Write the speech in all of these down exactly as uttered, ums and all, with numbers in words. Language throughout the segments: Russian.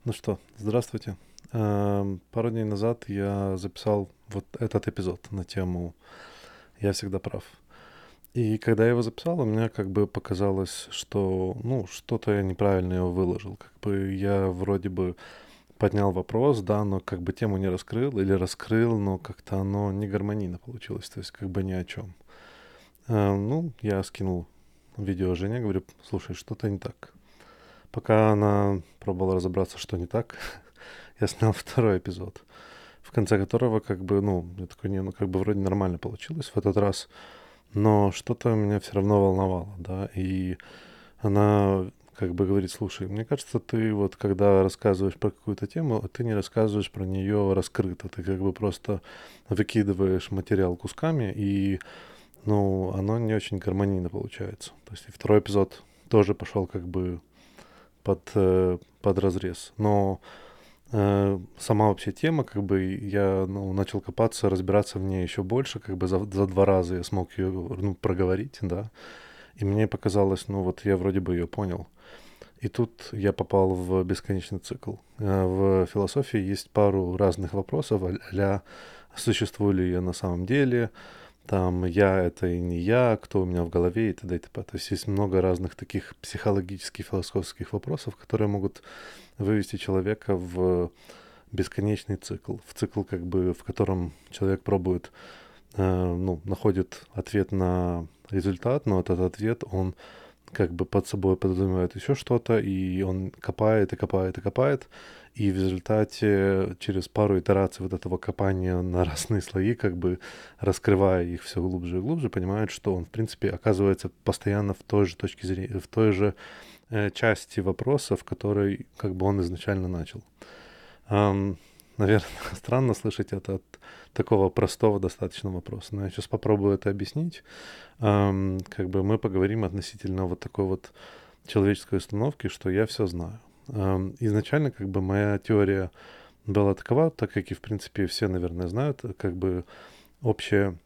Ну что, здравствуйте. Ам, Пару дней назад я записал вот этот эпизод на тему «Я всегда прав». И когда я его записал, у меня как бы показалось, что, ну, что-то я неправильно его выложил. Как бы я вроде бы поднял вопрос, да, но как бы тему не раскрыл или раскрыл, но как-то оно не гармонийно получилось, то есть как бы ни о чем. Ам, Ну, я скинул видео жене, говорю, слушай, что-то не так. Пока она пробовала разобраться, что не так, я снял второй эпизод, в конце которого как бы, ну, я такой, не, ну, как бы вроде нормально получилось в этот раз, но что-то меня все равно волновало, да, и она как бы говорит, слушай, мне кажется, ты вот когда рассказываешь про какую-то тему, ты не рассказываешь про нее раскрыто, ты как бы просто выкидываешь материал кусками, и, ну, оно не очень гармонийно получается. То есть и второй эпизод тоже пошел как бы под, э, под разрез, но Э, сама вообще тема, как бы я, ну, начал копаться, разбираться в ней еще больше, как бы за, за два раза я смог ее, ну, проговорить, да, и мне показалось, ну, вот я вроде бы ее понял. И тут я попал в бесконечный цикл. Э, В философии есть пару разных вопросов, а существую ли я на самом деле, там я это и не я, кто у меня в голове и т.д. и т.п. То есть есть много разных таких психологических, философских вопросов, которые могут вывести человека в бесконечный цикл, в цикл, как бы, в котором человек пробует, э, ну, находит ответ на результат, но этот ответ, он как бы под собой подразумевает еще что-то, и он копает и копает и копает, и в результате через пару итераций вот этого копания на разные слои, как бы раскрывая их все глубже и глубже, понимает, что он, в принципе, оказывается постоянно в той же точке зрения, в той же э, части вопроса, в которой как бы он изначально начал. Ам, Наверное, странно слышать это от такого простого достаточно вопроса, но я сейчас попробую это объяснить. Ам, как бы мы поговорим относительно вот такой вот человеческой установки, что я все знаю. Ам, изначально как бы моя теория была такова, так как и в принципе все, наверное, знают, как бы общая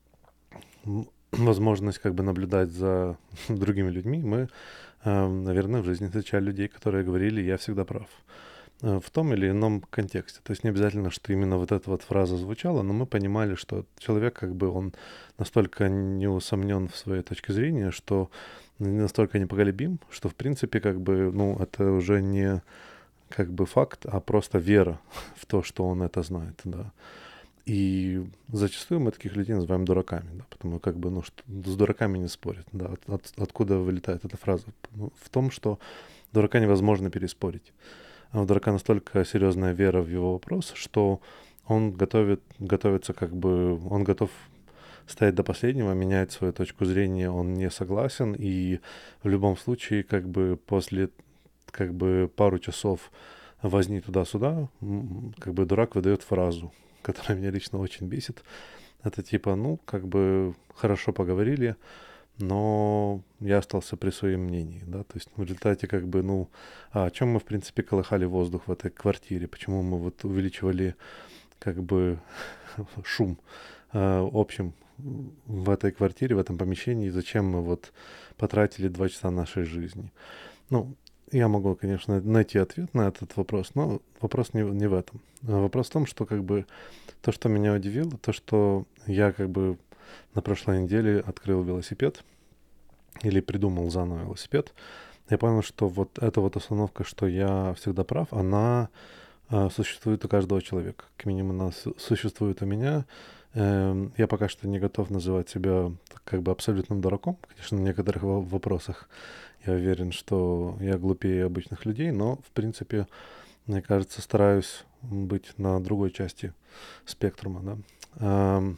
м, возможность как бы наблюдать за другими людьми. Мы, ам, наверное, в жизни встречали людей, которые говорили «я всегда прав» э, в том или ином контексте. То есть не обязательно, что именно вот эта вот фраза звучала, но мы понимали, что человек как бы он настолько не усомнен в своей точке зрения, что настолько непоколебим, что в принципе как бы, ну, это уже не как бы факт, а просто вера в то, что он это знает, да. И зачастую мы таких людей называем дураками, да, потому как бы, ну, что, с дураками не спорят, да. От- от- откуда вылетает эта фраза? Ну, в том, что дурака невозможно переспорить. А у дурака настолько серьезная вера в его вопрос, что он готовит, готовится как бы, он готов стоять до последнего, менять свою точку зрения, он не согласен, и в любом случае, как бы после как бы пару часов возни туда-сюда, м, как бы дурак выдает фразу, которая меня лично очень бесит. Это типа, ну, как бы хорошо поговорили, но я остался при своем мнении, да, то есть в результате как бы, ну, а о чем мы, в принципе, колыхали воздух в этой квартире, почему мы вот увеличивали как бы шум э, общим в этой квартире, в этом помещении, зачем мы вот потратили два часа нашей жизни. Ну, я могу, конечно, найти ответ на этот вопрос, но вопрос не, не в этом. А вопрос в том, что как бы то, что меня удивило, то, что я как бы на прошлой неделе открыл велосипед или придумал заново велосипед, я понял, что вот эта вот установка, что я всегда прав, она а, существует у каждого человека. Как минимум она су- существует у меня. Эм, Я пока что не готов называть себя так как бы абсолютным дураком. Конечно, в некоторых во- вопросах я уверен, что я глупее обычных людей, но, в принципе, мне кажется, стараюсь быть на другой части спектрума, да. Ам,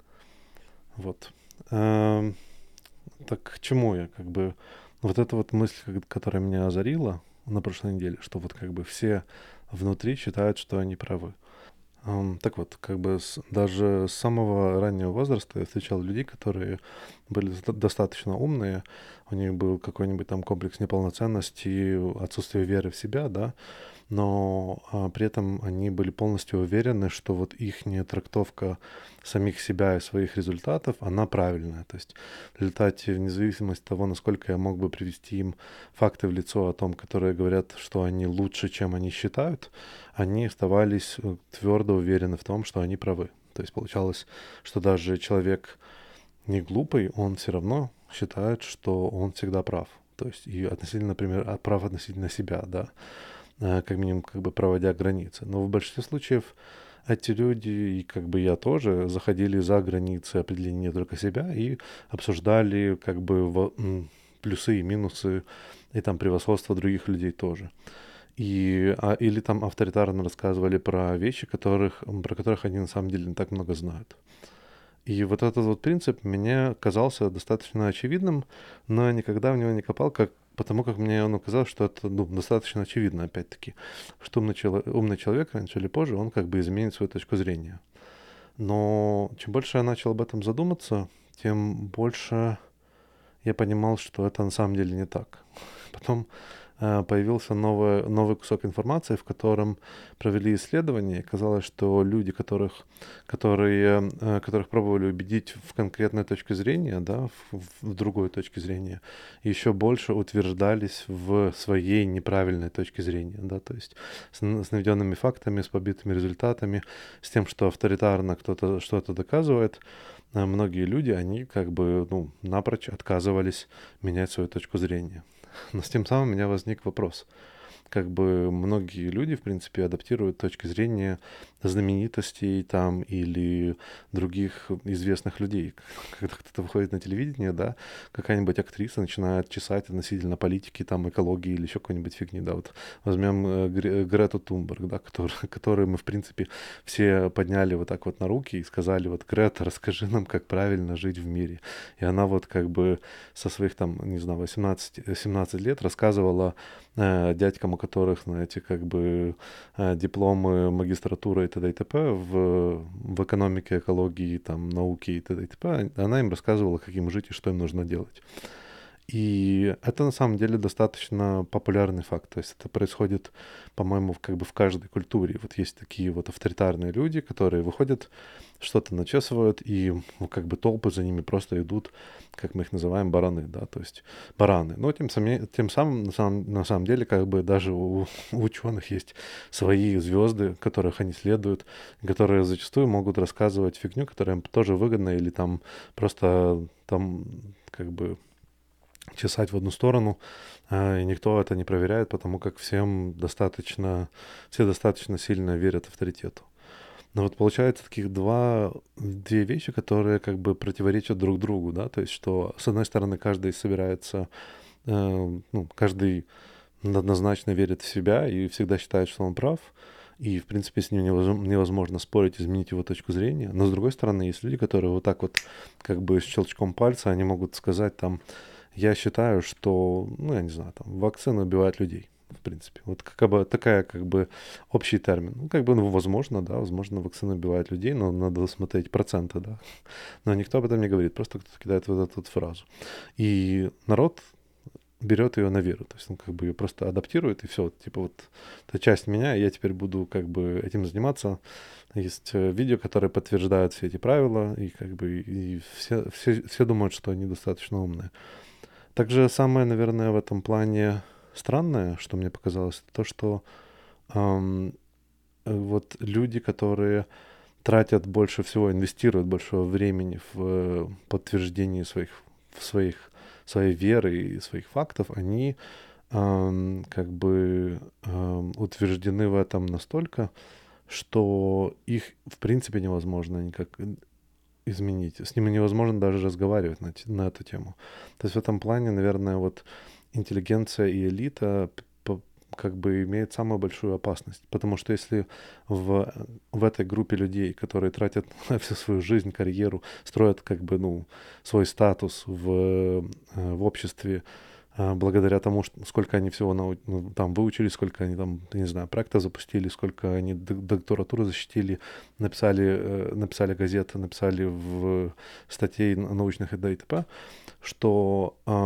Вот. Ам, Так к чему я? Как бы вот эта вот мысль, как- которая меня озарила на прошлой неделе, что вот как бы все внутри считают, что они правы. Ам, Так вот, как бы с- даже с самого раннего возраста я встречал людей, которые были доста- достаточно умные, у них был какой-нибудь там комплекс неполноценности, отсутствие веры в себя, да, но а, при этом они были полностью уверены, что вот их трактовка самих себя и своих результатов, она правильная. То есть в результате, вне зависимости от того, насколько я мог бы привести им факты в лицо о том, которые говорят, что они лучше, чем они считают, они оставались э, твердо уверены в том, что они правы. То есть получалось, что даже человек не глупый, он все равно считает, что он всегда прав. То есть и относительно, например, а, прав относительно себя, да, э, как минимум, как бы проводя границы. Но в большинстве случаев эти люди, и как бы я тоже, заходили за границы определения только себя и обсуждали как бы во- м, плюсы и минусы и там превосходство других людей тоже. И, а, или там авторитарно рассказывали про вещи, которых, м, про которых они на самом деле не так много знают. И вот этот вот принцип мне казался достаточно очевидным, но я никогда в него не копал, как, потому как мне он казалось, что это ну, достаточно очевидно, опять-таки, что умный, чело- умный человек раньше или позже, он как бы изменит свою точку зрения. Но чем больше я начал об этом задуматься, тем больше я понимал, что это на самом деле не так. Потом э, появился новый, новый кусок информации, в котором провели исследование. И казалось, что люди, которых, которые, э, которых пробовали убедить в конкретной точке зрения, да, в, в другой точке зрения, еще больше утверждались в своей неправильной точке зрения. Да, то есть с, н- с наведенными фактами, с побитыми результатами, с тем, что авторитарно кто-то что-то доказывает, э, многие люди, они как бы ну, напрочь отказывались менять свою точку зрения. Но с тем самым у меня возник вопрос. Как бы многие люди, в принципе, адаптируют точки зрения знаменитостей там или других известных людей. Когда кто-то выходит на телевидение, да, какая-нибудь актриса начинает чесать относительно политики, там, экологии или еще какой-нибудь фигни, да. Вот возьмем э, Гре- Грету Тунберг, да, который, которую мы, в принципе, все подняли вот так вот на руки и сказали, вот, Грета, расскажи нам, как правильно жить в мире. И она вот как бы со своих там, не знаю, восемнадцать-семнадцать лет рассказывала э, дядькам, у которых, знаете, как бы э, дипломы магистратуры и т.д. и т.п. В, в экономике, экологии, там, науке и т.д. и т.п. Она им рассказывала, как им жить и что им нужно делать. И это на самом деле достаточно популярный факт. То есть это происходит, по-моему, в- как бы в каждой культуре. Вот есть такие вот авторитарные люди, которые выходят, что-то начесывают, и ну, как бы толпы за ними просто идут, как мы их называем, бараны, да, то есть бараны. Но тем, сами- тем самым, на самом, на самом деле, как бы даже у, у ученых есть свои звезды, которых они следуют, которые зачастую могут рассказывать фигню, которая им тоже выгодна, или там просто там как бы чесать в одну сторону, а, и никто это не проверяет, потому как всем достаточно, все достаточно сильно верят авторитету. Но вот получается таких два, две вещи, которые как бы противоречат друг другу, да, то есть что с одной стороны каждый собирается, э, ну, каждый однозначно верит в себя и всегда считает, что он прав, и, в принципе, с ним невозможно, невозможно спорить, изменить его точку зрения. Но, с другой стороны, есть люди, которые вот так вот, как бы с щелчком пальца, они могут сказать там, я считаю, что, ну, я не знаю, там, вакцины убивают людей, в принципе. Вот как бы такая, как бы, общий термин. Ну, как бы, ну, возможно, да, возможно, вакцины убивают людей, но надо смотреть проценты, да. Но никто об этом не говорит, просто кто-то кидает вот эту вот фразу. И народ берет ее на веру, то есть он как бы ее просто адаптирует, и все, типа вот это часть меня, и я теперь буду как бы этим заниматься. Есть э, видео, которые подтверждают все эти правила, и как бы и все, все, все думают, что они достаточно умные. Также самое, наверное, в этом плане странное, что мне показалось, это то, что ам, э, вот люди, которые тратят больше всего, инвестируют больше времени в э, подтверждение своих, в своих, своей веры и своих фактов, они ам, как бы ам, утверждены в этом настолько, что их в принципе невозможно никак изменить. С ними невозможно даже разговаривать на, те- на эту тему. То есть в этом плане, наверное, вот интеллигенция и элита п- п- как бы имеют самую большую опасность. Потому что если в, в этой группе людей, которые тратят всю свою жизнь, карьеру, строят как бы, ну, свой статус в, э, в обществе, а, благодаря тому, что, сколько они всего нау- ну, там выучили, сколько они там, я не знаю, проекта запустили, сколько они д- докторатуру защитили, написали, э, написали газеты, написали в статей н- научных и т.д. и т.п., что ам,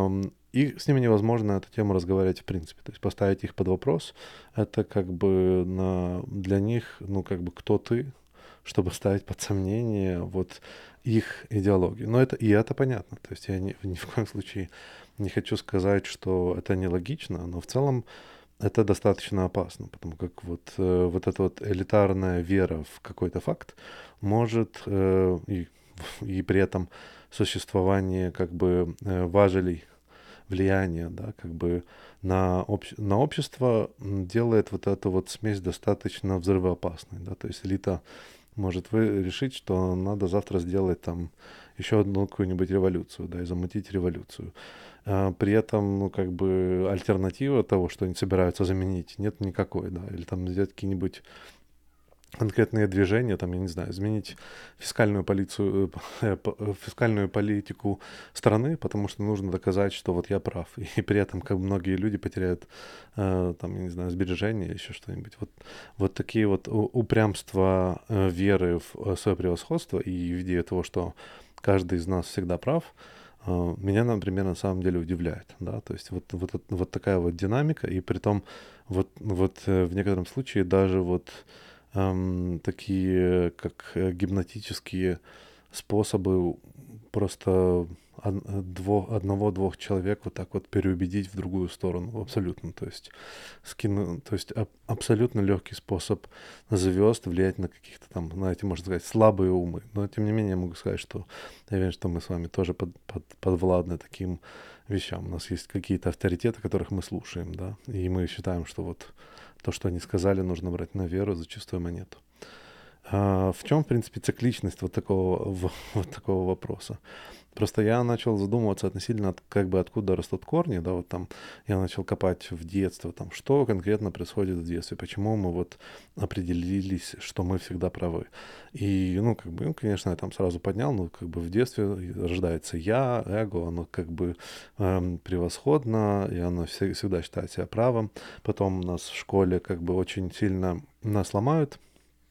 и с ними невозможно эту тему разговаривать в принципе. То есть поставить их под вопрос, это как бы на, для них, ну, как бы кто ты, чтобы ставить под сомнение вот их идеологию. Но это, и это понятно. То есть я ни, ни в коем случае не хочу сказать, что это нелогично, но в целом это достаточно опасно, потому как вот, э, вот эта вот элитарная вера в какой-то факт может э, и, и при этом существование как бы э, важелей влияния, да, как бы на, обще- на общество м, делает вот эту вот смесь достаточно взрывоопасной, да, то есть элита может вы решить, что надо завтра сделать там еще одну какую-нибудь революцию, да, и замутить революцию. А, при этом, ну, как бы альтернатива того, что они собираются заменить, нет никакой, да, или там сделать какие-нибудь конкретные движения, там, я не знаю, изменить фискальную полицию, э, п- э, фискальную политику страны, потому что нужно доказать, что вот я прав. И при этом как бы многие люди потеряют, э, там, я не знаю, сбережения или еще что-нибудь. Вот, вот такие вот у- упрямства э, веры в э, свое превосходство и в идею того, что каждый из нас всегда прав, э, меня, например, на самом деле удивляет, да, то есть вот, вот, эт- вот такая вот динамика, и при том вот, вот э, в некотором случае даже вот ам, такие, как э, гипнотические способы просто од- дво- одного-двух человек вот так вот переубедить в другую сторону абсолютно. То есть, скину, то есть аб- абсолютно легкий способ звезд влиять на каких-то там, знаете, можно сказать, слабые умы. Но тем не менее я могу сказать, что я уверен, что мы с вами тоже под, под, подвладны таким вещам. У нас есть какие-то авторитеты, которых мы слушаем, да, и мы считаем, что вот то, что они сказали, нужно брать на веру за чистую монету. А в чем, в принципе, цикличность вот такого, в- вот такого вопроса? Просто я начал задумываться относительно, от- как бы откуда растут корни, да, вот там я начал копать в детство, там, что конкретно происходит в детстве, почему мы вот определились, что мы всегда правы. И, ну, как бы, ну, конечно, я там сразу поднял, ну, как бы в детстве рождается я, эго, оно как бы эм, превосходно, и оно все- всегда считает себя правым. Потом у нас в школе как бы очень сильно нас ломают,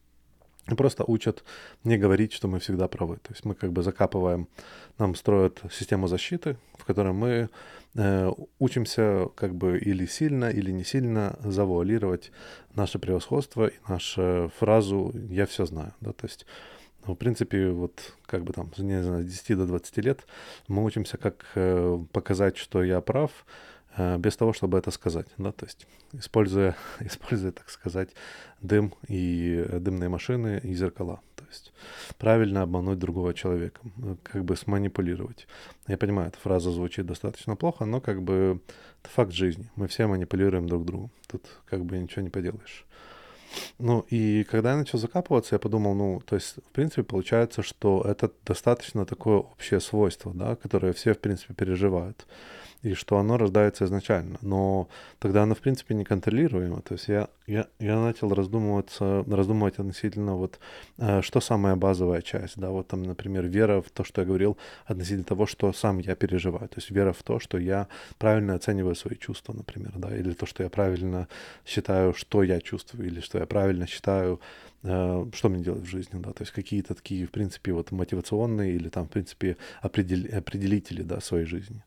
и просто учат не говорить, что мы всегда правы. То есть мы как бы закапываем, нам строят систему защиты, в которой мы э, учимся как бы или сильно, или не сильно завуалировать наше превосходство и нашу фразу «я все знаю». Да? То есть, ну, в принципе, вот как бы там, не знаю, с десяти до двадцати лет мы учимся, как э, показать, что я прав, э, без того, чтобы это сказать, да, то есть используя, используя, так сказать, дым и э, дымные машины и зеркала, то есть правильно обмануть другого человека, э, как бы сманипулировать. Я понимаю, эта фраза звучит достаточно плохо, но как бы это факт жизни, мы все манипулируем друг другом, тут как бы ничего не поделаешь. Ну, и когда я начал закапываться, я подумал, ну, то есть, в принципе, получается, что это достаточно такое общее свойство, да, которое все, в принципе, переживают, и что оно рождается изначально. Но тогда оно, в принципе, не контролируемо. То есть я, я, я начал раздумываться, раздумывать относительно вот, э, что самая базовая часть, да, вот там, например, вера в то, что я говорил, относительно того, что сам я переживаю. То есть вера в то, что я правильно оцениваю свои чувства, например, да, или то, что я правильно считаю, что я чувствую, или что я правильно считаю, э, что мне делать в жизни, да, то есть какие-то такие, в принципе, вот мотивационные или там, в принципе, определ- определители, да, своей жизни.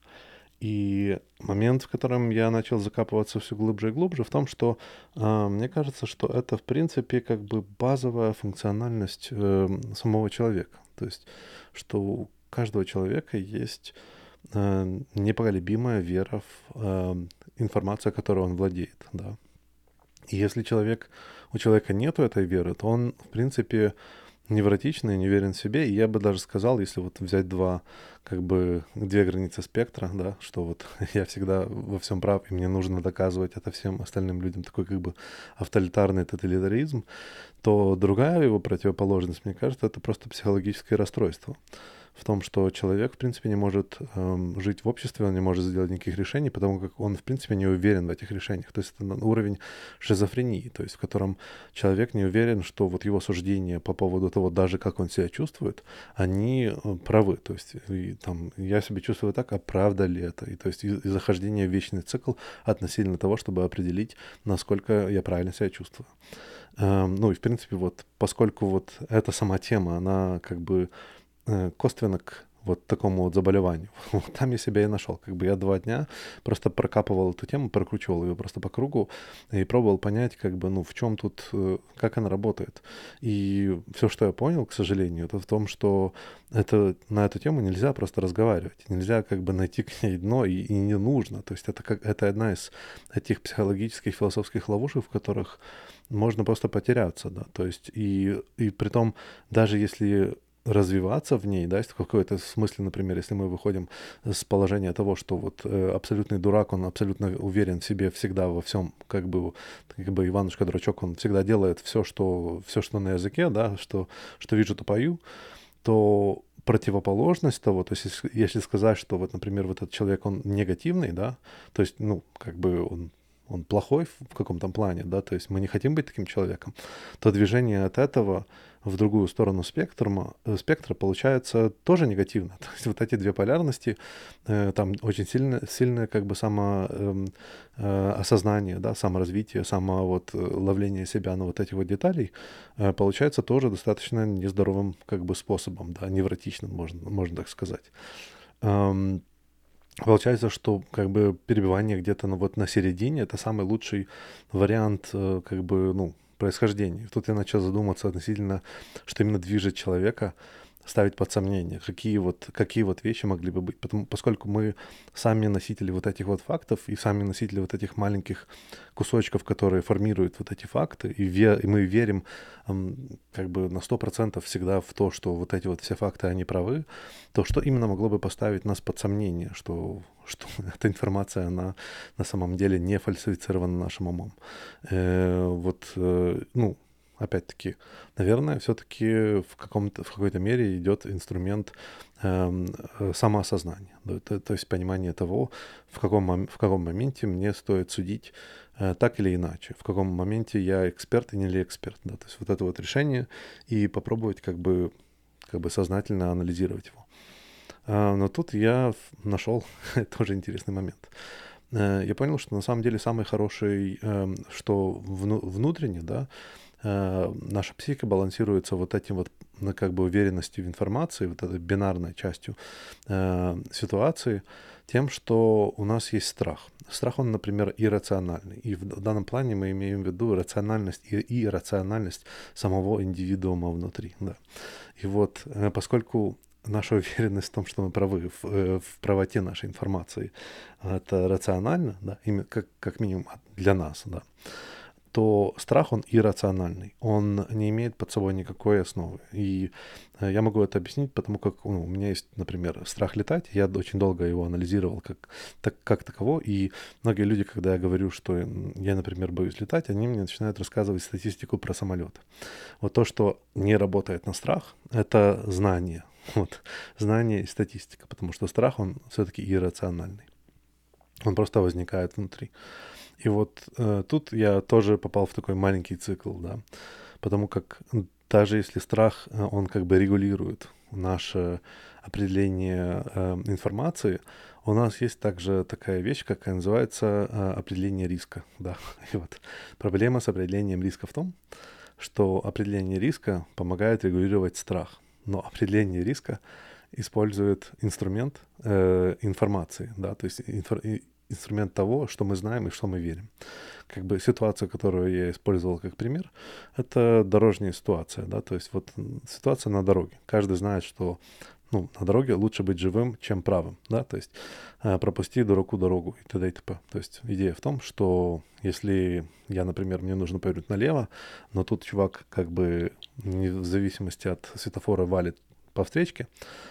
И момент, в котором я начал закапываться все глубже и глубже, в том, что а, мне кажется, что это, в принципе, как бы базовая функциональность э, самого человека. То есть, что у каждого человека есть э, непоколебимая вера в э, информацию, которой он владеет, да. И если человек, у человека нету этой веры, то он, в принципе, невротичный, не уверен в себе. И я бы даже сказал, если вот взять два, как бы, две границы спектра, да, что вот я всегда во всем прав, и мне нужно доказывать это всем остальным людям, такой как бы авторитарный тоталитаризм, то другая его противоположность, мне кажется, это просто психологическое расстройство. В том, что человек, в принципе, не может эм, жить в обществе, он не может сделать никаких решений, потому как он, в принципе, не уверен в этих решениях. То есть это на- уровень шизофрении, то есть в котором человек не уверен, что вот его суждения по поводу того, даже как он себя чувствует, они э, правы. То есть и, там, я себя чувствую так, а правда ли это? И, то есть и, и захождение в вечный цикл относительно того, чтобы определить, насколько я правильно себя чувствую. Эм, ну и, в принципе, вот поскольку вот эта сама тема, она как бы э, косвенно к вот такому вот заболеванию. Вот там я себя и нашел. Как бы я два дня просто прокапывал эту тему, прокручивал ее просто по кругу и пробовал понять, как бы, ну, в чем тут, э, как она работает. И все, что я понял, к сожалению, это в том, что это, на эту тему нельзя просто разговаривать. Нельзя как бы найти к ней дно, и, и не нужно. То есть это, как, это одна из этих психологических, философских ловушек, в которых можно просто потеряться, да. То есть и, и при том, даже если развиваться в ней, да, если в какой-то смысле, например, если мы выходим с положения того, что вот э, абсолютный дурак, он абсолютно уверен в себе всегда во всем, как бы, как бы Иванушка-дурачок, он всегда делает все, что, все, что на языке, да, что, что вижу, то пою, то противоположность того, то есть если, если сказать, что вот, например, вот этот человек, он негативный, да, то есть, ну, как бы он он плохой в в каком-то плане, да, то есть мы не хотим быть таким человеком, то движение от этого в другую сторону спектра, э, спектра получается тоже негативно. То есть вот эти две полярности, э, там очень сильно, сильное как бы само эм, э, осознание, да, саморазвитие, само вот э, ловление себя на вот этих вот деталей э, получается тоже достаточно нездоровым как бы способом, да, невротичным, можно, можно так сказать. Эм, Получается, что как бы перебивание где-то ну, вот на середине — это самый лучший вариант э, как бы, ну, происхождения. Тут я начал задуматься относительно, что именно движет человека ставить под сомнение, какие вот, какие вот вещи могли бы быть. Потому, поскольку мы сами носители вот этих вот фактов и сами носители вот этих маленьких кусочков, которые формируют вот эти факты, и, ве, и мы верим эм, как бы на сто процентов всегда в то, что вот эти вот все факты, они правы, то что именно могло бы поставить нас под сомнение, что, что эта информация, она на самом деле не фальсифицирована нашим умом. Э, вот, э, ну, опять-таки, наверное, все-таки в, каком-то, в какой-то мере идет инструмент эм, э, самоосознания, да, то, то есть понимание того, в каком, мом- в каком моменте мне стоит судить э, так или иначе, в каком моменте я эксперт или не эксперт. Да, то есть вот это вот решение и попробовать как бы, как бы сознательно анализировать его. А, но тут я в- нашел тоже интересный момент. Э, Я понял, что на самом деле самый хороший, эм, что вну- внутренне, да, э, наша психика балансируется вот этим вот, ну, как бы уверенностью в информации, вот этой бинарной частью э, ситуации, тем, что у нас есть страх. Страх, он, например, иррациональный. И в д- данном плане мы имеем в виду рациональность и иррациональность самого индивидуума внутри. Да. И вот э, поскольку наша уверенность в том, что мы правы в, э, в правоте нашей информации, это рационально, да, именно как, как минимум от- для нас, да, то страх, он иррациональный, он не имеет под собой никакой основы. И э, я могу это объяснить, потому как ну, у меня есть, например, страх летать, я д- очень долго его анализировал как, так, как таково, и многие люди, когда я говорю, что м, я, например, боюсь летать, они мне начинают рассказывать статистику про самолеты. Вот то, что не работает на страх, это знание. Вот, знание и статистика, потому что страх, он все-таки иррациональный. Он просто возникает внутри. И вот э, тут я тоже попал в такой маленький цикл, да, потому как даже если страх, э, он как бы регулирует наше определение э, информации, у нас есть также такая вещь, как называется э, определение риска, да. И вот проблема с определением риска в том, что определение риска помогает регулировать страх, но определение риска использует инструмент э, информации, да, то есть инфор- и- инструмент того, что мы знаем и что мы верим. Как бы ситуация, которую я использовал как пример, это дорожная ситуация, да, то есть вот м, ситуация на дороге. Каждый знает, что ну, на дороге лучше быть живым, чем правым, да, то есть э, пропусти дураку дорогу и т.д. и т.п. То есть идея в том, что если я, например, мне нужно повернуть налево, но тут чувак как бы не в зависимости от светофора валит по встречке,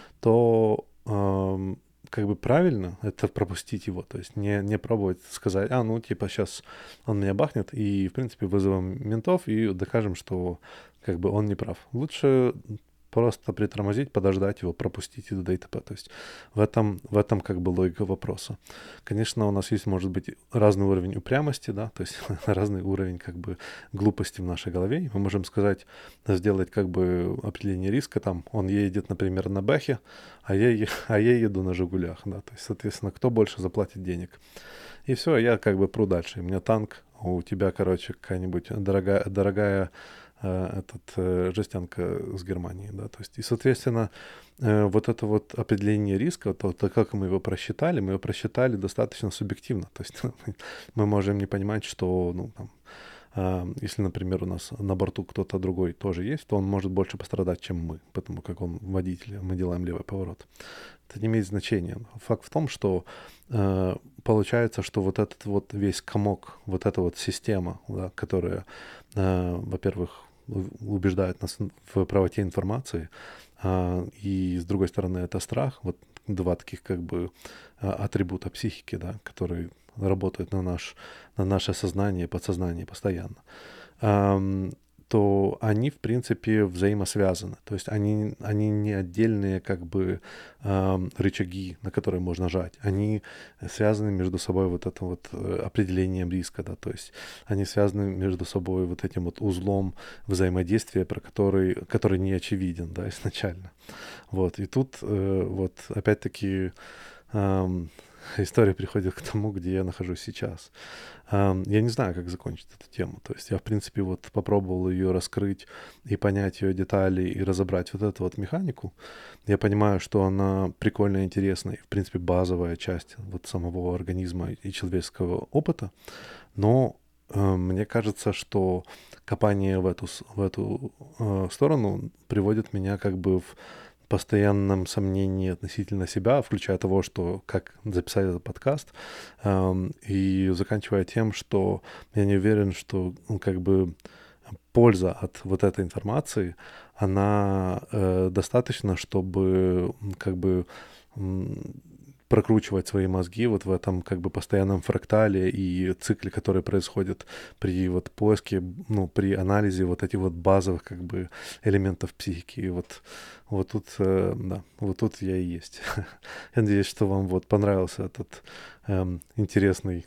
то ам, как бы правильно это пропустить его, то есть не, не пробовать сказать, а, ну, типа, сейчас он меня бахнет, и, в принципе, вызовем ментов и докажем, что как бы он не прав. Лучше просто притормозить, подождать его, пропустить и т.д. и т.п. То есть в этом, в этом как бы логика вопроса. Конечно, у нас есть, может быть, разный уровень упрямости, да, то есть разный уровень как бы глупости в нашей голове. И мы можем сказать, сделать как бы определение риска, там, он едет, например, на Бэхе, а я, е- а я еду на Жигулях, да, то есть, соответственно, кто больше заплатит денег. И все, я как бы пру дальше. У меня танк, у тебя, короче, какая-нибудь дорогая, дорогая э, этот э, жестянка с Германии, да, то есть, и, соответственно, э, вот это вот определение риска, то, то, как мы его просчитали, мы его просчитали достаточно субъективно, то есть мы можем не понимать, что, ну, там, а, если, например, у нас на борту кто-то другой тоже есть, то он может больше пострадать, чем мы, потому как он водитель, а мы делаем левый поворот. Это не имеет значения. Факт в том, что э, получается, что вот этот вот весь комок, вот эта вот система, да, которая, э, во-первых, у- убеждает нас в правоте информации, а, и с другой стороны это страх, вот два таких как бы а, атрибута психики, да, которые работают на наш, на наше сознание и подсознание постоянно, ам, то они, в принципе, взаимосвязаны. То есть они, они не отдельные как бы ам, рычаги, на которые можно жать. Они связаны между собой вот этим вот э, определением риска, да, то есть они связаны между собой вот этим вот узлом взаимодействия, про который, который не очевиден, да, изначально. Вот, и тут э, вот опять-таки ам, история приходит к тому, где я нахожусь сейчас. Ам, Я не знаю, как закончить эту тему. То есть я, в принципе, вот попробовал ее раскрыть и понять ее детали и разобрать вот эту вот механику. Я понимаю, что она прикольная, интересная и, в принципе, базовая часть вот самого организма и человеческого опыта. Но э, мне кажется, что копание в эту, с- в эту э, сторону приводит меня как бы в постоянном сомнении относительно себя, включая того, что как записать этот подкаст, ам, и заканчивая тем, что я не уверен, что ну, как бы польза от вот этой информации, она э, достаточно, чтобы м, как бы м, прокручивать свои мозги вот в этом как бы постоянном фрактале и цикле, который происходит при вот поиске, ну, при анализе вот этих вот базовых как бы элементов психики. И вот, вот тут, э, да, вот тут я и есть. Я надеюсь, что вам вот понравился этот эм, интересный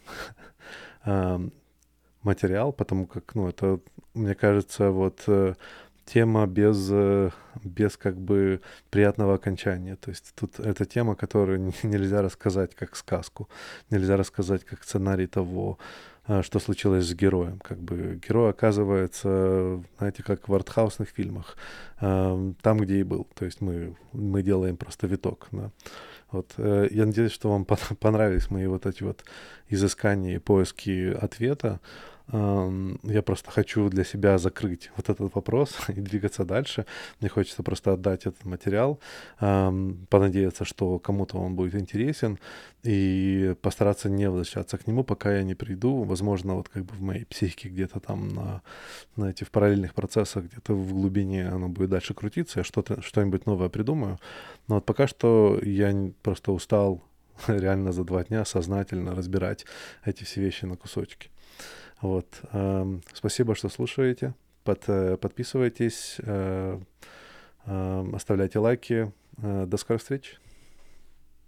эм, материал, потому как, ну, это, мне кажется, вот э, тема без, э, без как бы приятного окончания. То есть тут это тема, которую н- нельзя рассказать как сказку, нельзя рассказать как сценарий того, а, что случилось с героем. Как бы герой оказывается, знаете, как в артхаусных фильмах, а, там, где и был. То есть мы, мы делаем просто виток, да. Вот, э, я надеюсь, что вам пон- понравились мои вот эти вот изыскания и поиски ответа. Ам, Я просто хочу для себя закрыть вот этот вопрос и двигаться дальше. Мне хочется просто отдать этот материал, ам, понадеяться, что кому-то он будет интересен, и постараться не возвращаться к нему, пока я не приду. Возможно, вот как бы в моей психике где-то там на, знаете, в параллельных процессах, где-то в глубине оно будет дальше крутиться, я что-то, что-нибудь новое придумаю. Но вот пока что я н- просто устал реально за два дня сознательно разбирать эти все вещи на кусочки. Вот. эм, Спасибо, что слушаете. Под, э, подписывайтесь, э, эм, оставляйте лайки. Э, До скорых встреч.